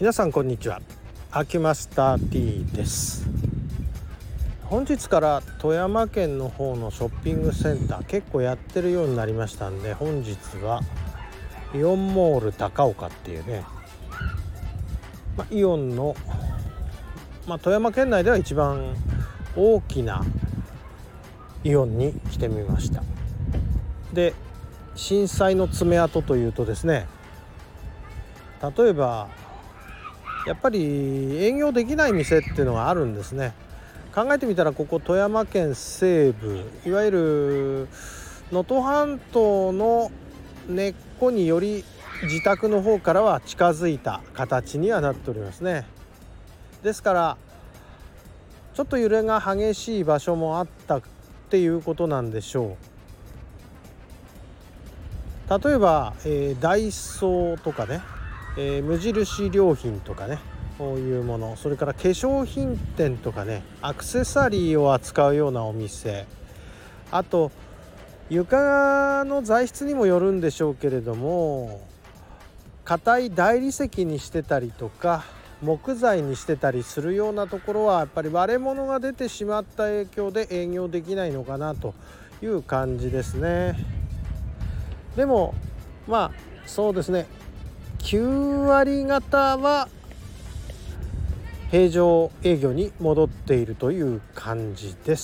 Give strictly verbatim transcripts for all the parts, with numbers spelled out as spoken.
皆さんこんにちは。アキュマスター T です。本日から富山県の方のショッピングセンター結構やってるようになりましたんで、本日はイオンモール高岡っていうね、まあ、イオンの、まあ、富山県内では一番大きなイオンに来てみました。で、震災の爪痕というとですね、例えばやっぱり営業できない店っていうのがあるんですね。考えてみたら、ここ富山県西部、いわゆる能登半島の根っこにより自宅の方からは近づいた形にはなっておりますね。ですからちょっと揺れが激しい場所もあったっていうことなんでしょう。例えば、えー、ダイソーとかね、えー、無印良品とかね、こういうもの、それから化粧品店とかね、アクセサリーを扱うようなお店、あと床の材質にもよるんでしょうけれども、硬い大理石にしてたりとか木材にしてたりするようなところは、やっぱり割れ物が出てしまった影響で営業できないのかなという感じですね。でもまあそうですね、きゅうわり方は平常営業に戻っているという感じです。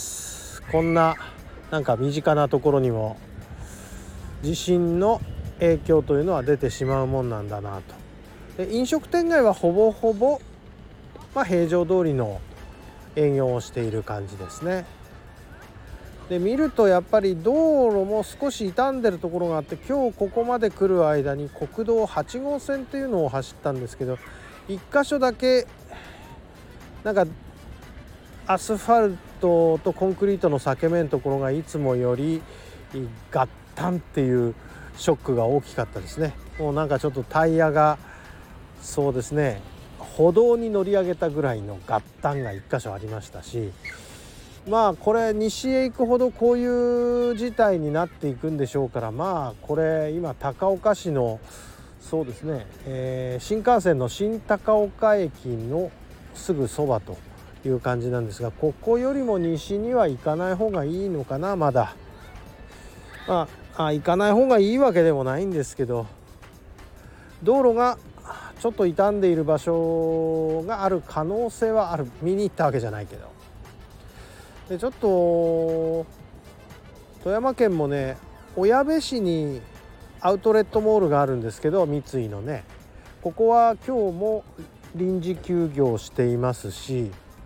こんななんか身近なところにも地震の影響というのは出てしまうもんなんだなと。で、飲食店街はほぼほぼ、まあ、平常通りの営業をしている感じですね。で、見るとやっぱり道路も少し傷んでるところがあって、今日ここまで来る間に国道はちごうせんっていうのを走ったんですけど、いっ箇所だけなんかアスファルトとコンクリートの裂け目のところがいつもよりガッタンっていうショックが大きかったですね。もうなんかちょっとタイヤがそうですね、歩道に乗り上げたぐらいのガッタンがいっ箇所ありましたし、まあこれ西へ行くほどこういう事態になっていくんでしょうから、まあこれ今高岡市のそうですね、えー、新幹線の新高岡駅のすぐそばという感じなんですが、ここよりも西には行かない方がいいのかな。まだまあ、あ行かない方がいいわけでもないんですけど、道路がちょっと傷んでいる場所がある可能性はある。見に行ったわけじゃないけど。で、ちょっと富山県もね、小矢部市にアウトレットモールがあるんですけど、三井のね、ここは今日も臨時休業していますし、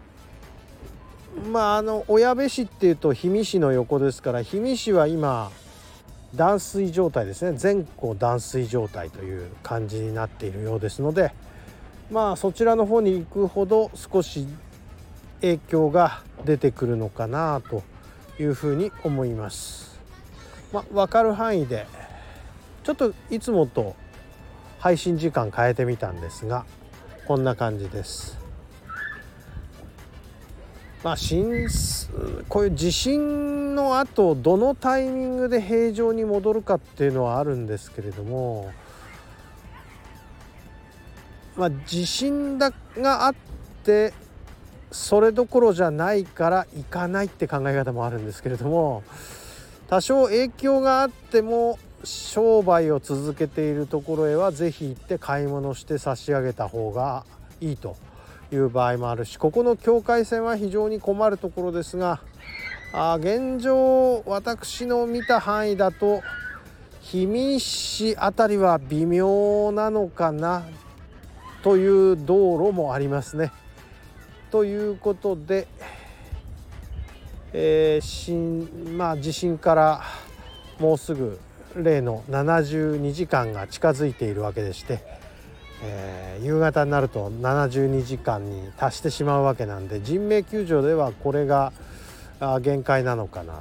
まああの小矢部市っていうと氷見市の横ですから、氷見市は今断水状態ですね。全校断水状態という感じになっているようですので、まあそちらの方に行くほど少し影響が出てくるのかなというふうに思います。まあ分かる範囲でちょっといつもと配信時間変えてみたんですが、こんな感じです。まあ、震こういう地震の後どのタイミングで平常に戻るかっていうのはあるんですけれども、まあ、地震だがあってそれどころじゃないから行かないって考え方もあるんですけれども、多少影響があっても商売を続けているところへはぜひ行って買い物して差し上げた方がいいという場合もあるし、ここの境界線は非常に困るところですが、あ現状私の見た範囲だと氷見市あたりは微妙なのかなという道路もありますね。ということで、えー新まあ、地震からもうすぐ例のななじゅうにじかんが近づいているわけでして、えー、夕方になるとななじゅうにじかんに達してしまうわけなんで、人命救助ではこれが限界なのかなと。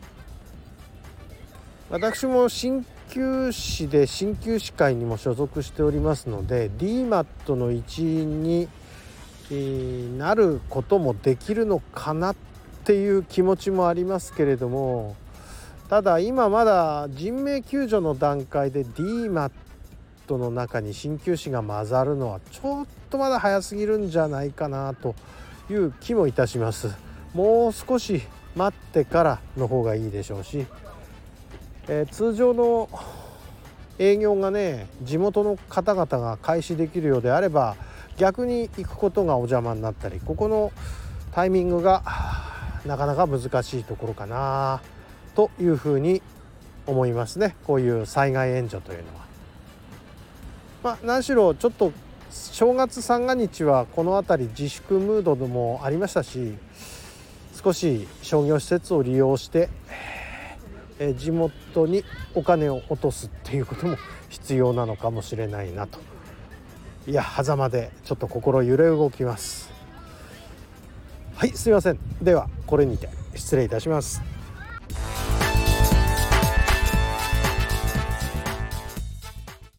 私も鍼灸師で鍼灸師会にも所属しておりますので、 ディーマット の一員になることもできるのかなっていう気持ちもありますけれども、ただ今まだ人命救助の段階で ディーマットの中に鍼灸師が混ざるのはちょっとまだ早すぎるんじゃないかなという気もいたします。もう少し待ってからの方がいいでしょうし、えー、通常の営業がね地元の方々が開始できるようであれば逆に行くことがお邪魔になったり、ここのタイミングがなかなか難しいところかなというふうに思いますね。こういう災害援助というのは、まあ、何しろちょっと正月三が日はこの辺り自粛ムードでもありましたし、少し商業施設を利用してえ地元にお金を落とすっていうことも必要なのかもしれないなと。いや、狭間でちょっと心揺れ動きます。はい、すいません。ではこれにて失礼いたします。